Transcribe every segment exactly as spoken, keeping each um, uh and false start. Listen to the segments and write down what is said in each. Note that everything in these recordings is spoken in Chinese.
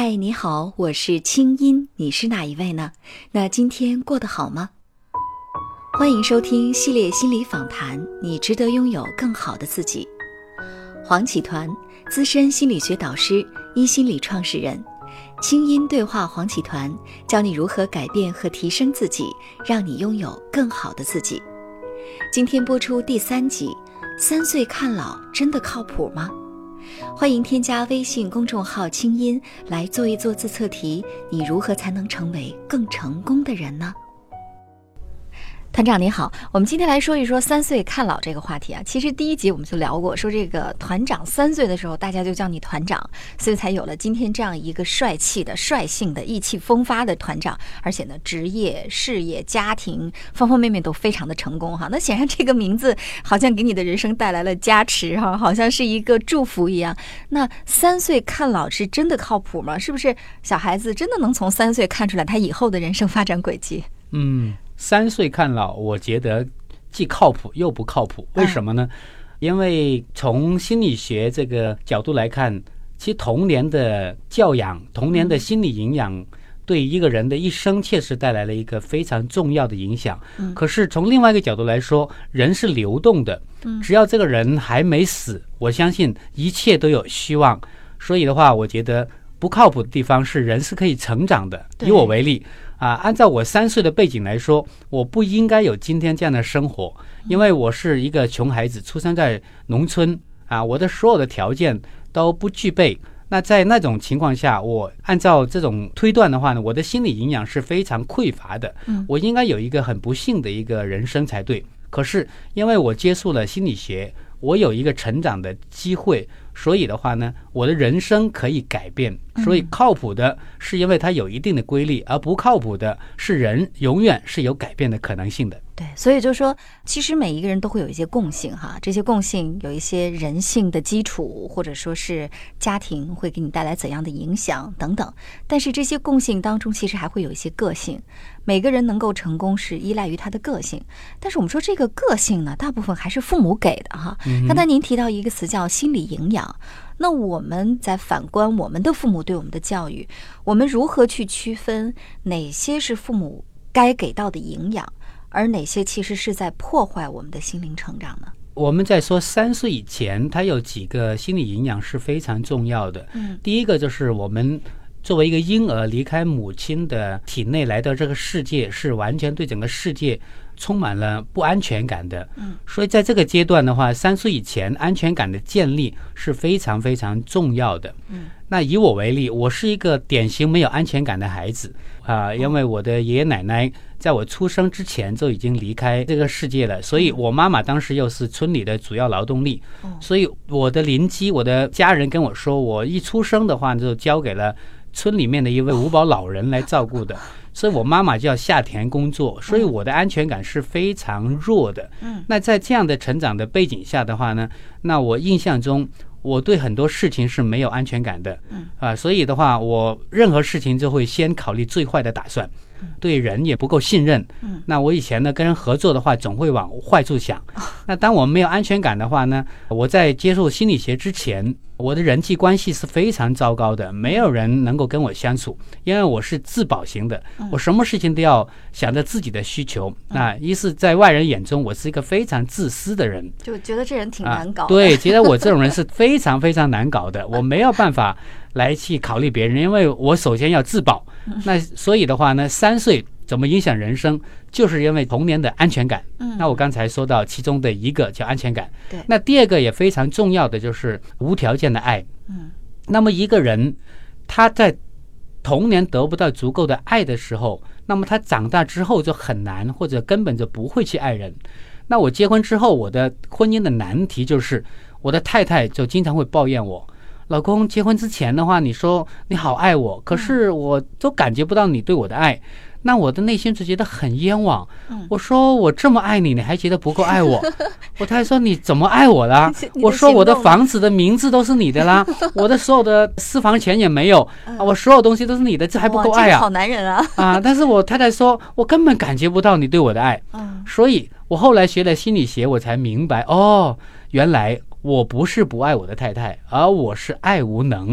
嗨，你好，我是清音，你是哪一位呢？那今天过得好吗？欢迎收听系列心理访谈，你值得拥有更好的自己。黄启团，资深心理学导师，一心理创始人。清音对话黄启团，教你如何改变和提升自己，让你拥有更好的自己。今天播出第三集，三岁看老真的靠谱吗？欢迎添加微信公众号清音来做一做自测题，你如何才能成为更成功的人呢？团长你好，我们今天来说一说三岁看老这个话题啊。其实第一集我们就聊过，说这个团长三岁的时候大家就叫你团长，所以才有了今天这样一个帅气的、率性的、意气风发的团长，而且呢职业、事业、家庭方方面面都非常的成功哈。那显然这个名字好像给你的人生带来了加持哈，好像是一个祝福一样。那三岁看老是真的靠谱吗？是不是小孩子真的能从三岁看出来他以后的人生发展轨迹？ 嗯。三岁看老，我觉得既靠谱又不靠谱。为什么呢？因为从心理学这个角度来看，其实童年的教养、童年的心理营养对一个人的一生确实带来了一个非常重要的影响。可是从另外一个角度来说，人是流动的，只要这个人还没死，我相信一切都有希望。所以的话，我觉得不靠谱的地方是人是可以成长的。以我为例啊，按照我三岁的背景来说，我不应该有今天这样的生活，因为我是一个穷孩子，出生在农村啊，我的所有的条件都不具备。那在那种情况下，我按照这种推断的话呢，我的心理营养是非常匮乏的，我应该有一个很不幸的一个人生才对。可是因为我接触了心理学，我有一个成长的机会，所以的话呢，我的人生可以改变。所以靠谱的是因为它有一定的规律，而不靠谱的是人永远是有改变的可能性的。 对，所以就说其实每一个人都会有一些共性哈，这些共性有一些人性的基础，或者说是家庭会给你带来怎样的影响等等，但是这些共性当中其实还会有一些个性，每个人能够成功是依赖于他的个性，但是我们说这个个性呢，大部分还是父母给的哈。嗯、刚才您提到一个词叫心理营养，那我们在反观我们的父母对我们的教育，我们如何去区分哪些是父母该给到的营养，而哪些其实是在破坏我们的心灵成长呢？ 我们在说三岁以前，它有几个心理营养是非常重要的。嗯，第一个就是我们作为一个婴儿离开母亲的体内来到这个世界，是完全对整个世界充满了不安全感的。嗯，所以在这个阶段的话，三岁以前安全感的建立是非常非常重要的。嗯，那以我为例，我是一个典型没有安全感的孩子啊、呃，因为我的爷爷奶奶在我出生之前就已经离开这个世界了，所以我妈妈当时又是村里的主要劳动力，所以我的邻居、我的家人跟我说，我一出生的话就交给了村里面的一位五保老人来照顾的，所以我妈妈就要下田工作，所以我的安全感是非常弱的。那在这样的成长的背景下的话呢，那我印象中我对很多事情是没有安全感的，啊，所以的话我任何事情就会先考虑最坏的打算，对人也不够信任。那我以前呢跟人合作的话总会往坏处想。那当我没有安全感的话呢，我在接触心理学之前，我的人际关系是非常糟糕的，没有人能够跟我相处，因为我是自保型的，我什么事情都要想着自己的需求。那一是在外人眼中我是一个非常自私的人， 就觉得这人挺难搞的、 啊、对，觉得我这种人是非常非常难搞的，我没有办法来去考虑别人，因为我首先要自保。那所以的话呢，三岁怎么影响人生，就是因为童年的安全感。嗯，那我刚才说到其中的一个叫安全感。对，那第二个也非常重要的就是无条件的爱。嗯，那么一个人他在童年得不到足够的爱的时候，那么他长大之后就很难，或者根本就不会去爱人。那我结婚之后，我的婚姻的难题就是我的太太就经常会抱怨我，老公，结婚之前的话你说你好爱我，可是我都感觉不到你对我的爱，那我的内心就觉得很冤枉。我说我这么爱你，你还觉得不够爱我？我太太说你怎么爱我啦？我说我的房子的名字都是你的啦，我的所有的私房钱也没有、啊、我所有东西都是你的，这还不够爱啊？ 好男人啊！ 啊！但是我太太说我根本感觉不到你对我的爱。所以我后来学了心理学，我才明白，哦，原来我不是不爱我的太太，而我是爱无能。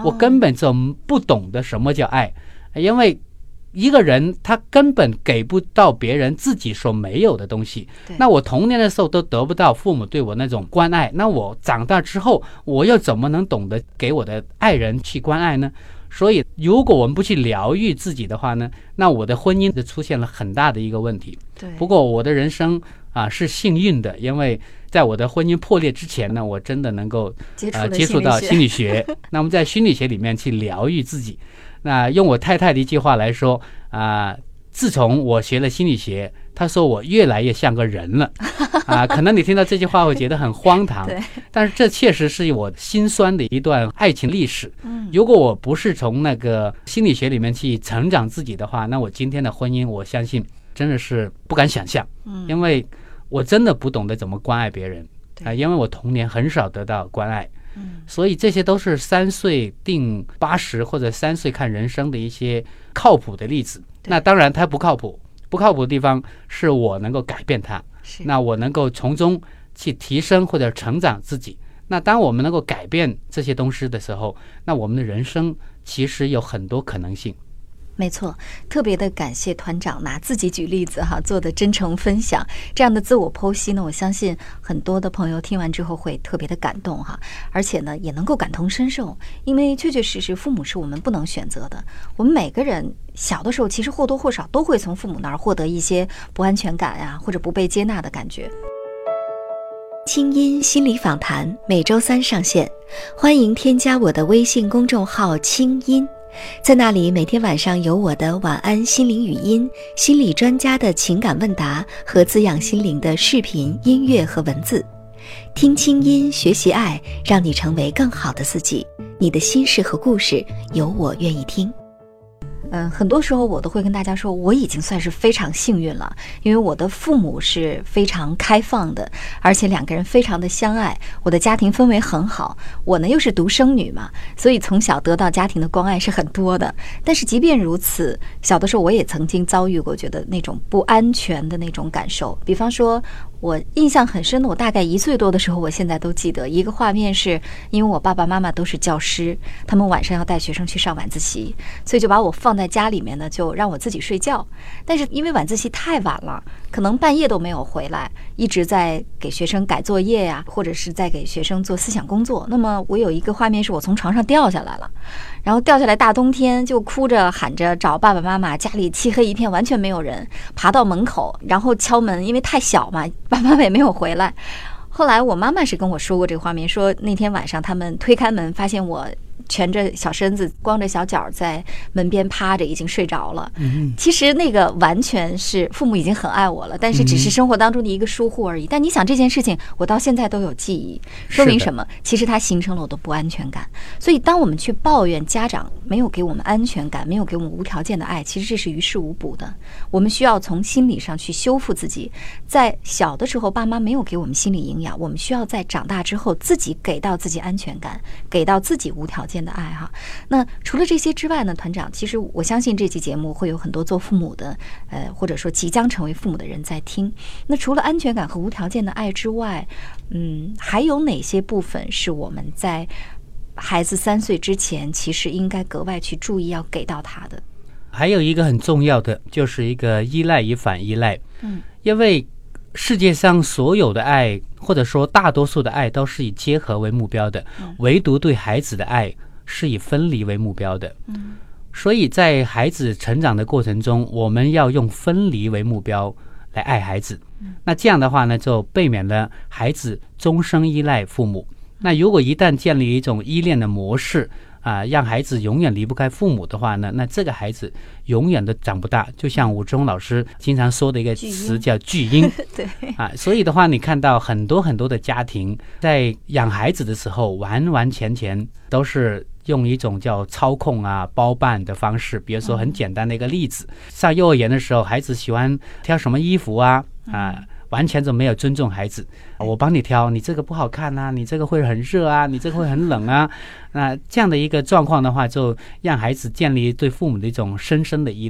我根本就不懂得什么叫爱，因为一个人他根本给不到别人自己所没有的东西。那我童年的时候都得不到父母对我那种关爱，那我长大之后我又怎么能懂得给我的爱人去关爱呢？所以如果我们不去疗愈自己的话呢，那我的婚姻就出现了很大的一个问题。 对， 不过我的人生啊是幸运的，因为在我的婚姻破裂之前呢，我真的能够呃接触到心理学。那我们在心理学里面去疗愈自己。那用我太太的一句话来说啊、呃，自从我学了心理学，她说我越来越像个人了啊、呃。可能你听到这句话会觉得很荒唐，但是这确实是我心酸的一段爱情历史。如果我不是从那个心理学里面去成长自己的话，那我今天的婚姻，我相信真的是不敢想象，因为我真的不懂得怎么关爱别人啊、呃，因为我童年很少得到关爱。所以这些都是三岁定八十或者三岁看人生的一些靠谱的例子。那当然它不靠谱，不靠谱的地方是我能够改变它，那我能够从中去提升或者成长自己。那当我们能够改变这些东西的时候，那我们的人生其实有很多可能性。 没错，特别的感谢团长拿自己举例子哈，做的真诚分享，这样的自我剖析呢，我相信很多的朋友听完之后会特别的感动哈，而且呢也能够感同身受，因为确确实实父母是我们不能选择的，我们每个人小的时候其实或多或少都会从父母那儿获得一些不安全感呀、啊，或者不被接纳的感觉。清音心理访谈每周三上线，欢迎添加我的微信公众号清音，在那里每天晚上有我的晚安心灵语音、心理专家的情感问答和滋养心灵的视频、音乐和文字。听清音，学习爱，让你成为更好的自己。你的心事和故事，有我愿意听。嗯，很多时候我都会跟大家说，我已经算是非常幸运了，因为我的父母是非常开放的，而且两个人非常的相爱，我的家庭氛围很好。我呢又是独生女嘛，所以从小得到家庭的关爱是很多的。但是即便如此，小的时候我也曾经遭遇过觉得那种不安全的那种感受。比方说我印象很深的，我大概一岁多的时候，我现在都记得一个画面，是因为我爸爸妈妈都是教师，他们晚上要带学生去上晚自习，所以就把我放在家里面呢，就让我自己睡觉。但是因为晚自习太晚了，可能半夜都没有回来，一直在给学生改作业呀、啊，或者是在给学生做思想工作。那么我有一个画面是我从床上掉下来了，然后掉下来大冬天就哭着喊着找爸爸妈妈，家里漆黑一片，完全没有人，爬到门口然后敲门，因为太小嘛，爸爸妈妈也没有回来。后来我妈妈是跟我说过这个画面，说那天晚上他们推开门，发现我蜷着小身子，光着小脚在门边趴着，已经睡着了。嗯，其实那个完全是父母已经很爱我了，但是只是生活当中的一个疏忽而已。但你想这件事情，我到现在都有记忆，说明什么？其实它形成了我的不安全感。所以当我们去抱怨家长没有给我们安全感，没有给我们无条件的爱，其实这是于事无补的。我们需要从心理上去修复自己。在小的时候，爸妈没有给我们心理营养，我们需要在长大之后自己给到自己安全感，给到自己无条件的爱哈。那除了这些之外呢，团长，其实我相信这期节目会有很多做父母的呃，或者说即将成为父母的人在听。那除了安全感和无条件的爱之外，嗯，还有哪些部分是我们在孩子三岁之前其实应该格外去注意要给到他的？ 还有一个很重要的就是一个依赖与反依赖。嗯，因为世界上所有的爱，或者说大多数的爱都是以结合为目标的，唯独对孩子的爱是以分离为目标的。嗯，所以在孩子成长的过程中，我们要用分离为目标来爱孩子。那这样的话呢，就避免了孩子终生依赖父母。那如果一旦建立一种依恋的模式啊，让孩子永远离不开父母的话呢，那这个孩子永远都长不大。就像武忠老师经常说的一个词叫巨婴。 对啊，所以的话，你看到很多很多的家庭在养孩子的时候，完完全全都是用一种叫操控啊、包办的方式。比如说很简单的一个例子，上幼儿园的时候，孩子喜欢挑什么衣服啊啊。完全就没有尊重孩子，我帮你挑，你这个不好看啊，你这个会很热啊，你这个会很冷啊。那这样的一个状况的话，就让孩子建立对父母的一种深深的依赖。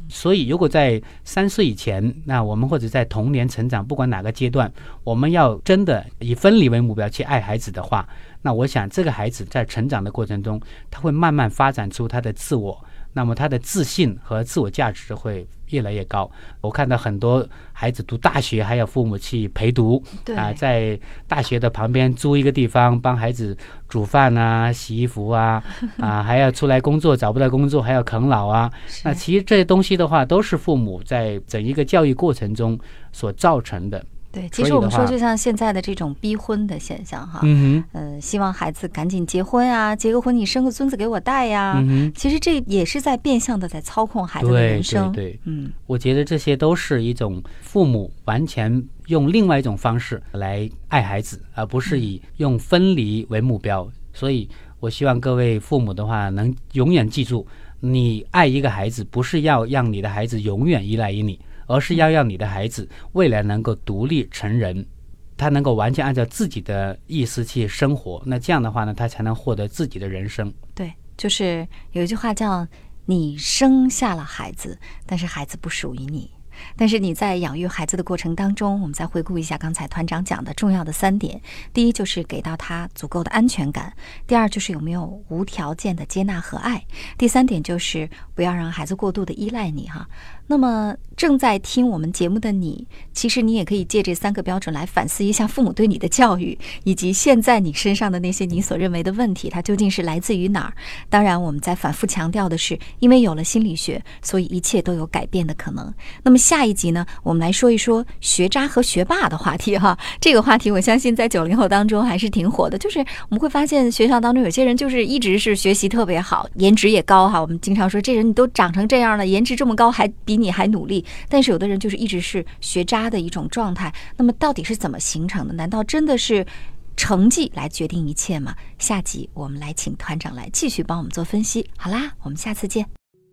所以如果在三岁以前，那我们或者在童年成长，不管哪个阶段，我们要真的以分离为目标去爱孩子的话，那我想这个孩子在成长的过程中，他会慢慢发展出他的自我，那么他的自信和自我价值会越来越高。我看到很多孩子读大学还有父母去陪读啊、呃，在大学的旁边租一个地方帮孩子煮饭啊、洗衣服啊啊、呃，还要出来工作，找不到工作还要啃老啊。那其实这些东西的话，都是父母在整一个教育过程中所造成的。 对，其实我们说就像现在的这种逼婚的现象哈， 嗯哼， 呃，希望孩子赶紧结婚啊，结个婚你生个孙子给我带呀，嗯、其实这也是在变相的在操控孩子的人生。 对对对，嗯，我觉得这些都是一种父母完全用另外一种方式来爱孩子，而不是以用分离为目标。嗯、所以我希望各位父母的话，能永远记住，你爱一个孩子，不是要让你的孩子永远依赖于你，而是要让你的孩子未来能够独立成人，他能够完全按照自己的意思去生活，那这样的话呢，他才能获得自己的人生。 对，就是有一句话叫你生下了孩子，但是孩子不属于你。但是你在养育孩子的过程当中，我们再回顾一下刚才团长讲的重要的三点。第一就是给到他足够的安全感，第二就是有没有无条件的接纳和爱，第三点就是不要让孩子过度的依赖你哈。那么正在听我们节目的你，其实你也可以借这三个标准来反思一下父母对你的教育，以及现在你身上的那些你所认为的问题，它究竟是来自于哪儿。当然我们在反复强调的是，因为有了心理学，所以一切都有改变的可能。那么下一集呢，我们来说一说学渣和学霸的话题哈。这个话题我相信在九零后当中还是挺火的，就是我们会发现学校当中有些人就是一直是学习特别好，颜值也高哈。我们经常说这人你都长成这样了，颜值这么高，还比你还努力。但是有的人就是一直是学渣的一种状态。那么到底是怎么形成的？难道真的是成绩来决定一切吗？下集我们来请团长来继续帮我们做分析。好啦，我们下次见。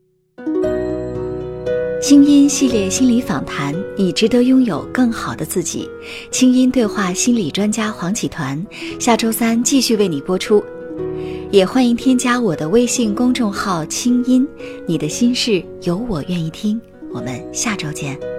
清音系列心理访谈，你值得拥有更好的自己。清音对话心理专家黄启团，下周三继续为你播出。也欢迎添加我的微信公众号清音，你的心事有我愿意听。我们下周见。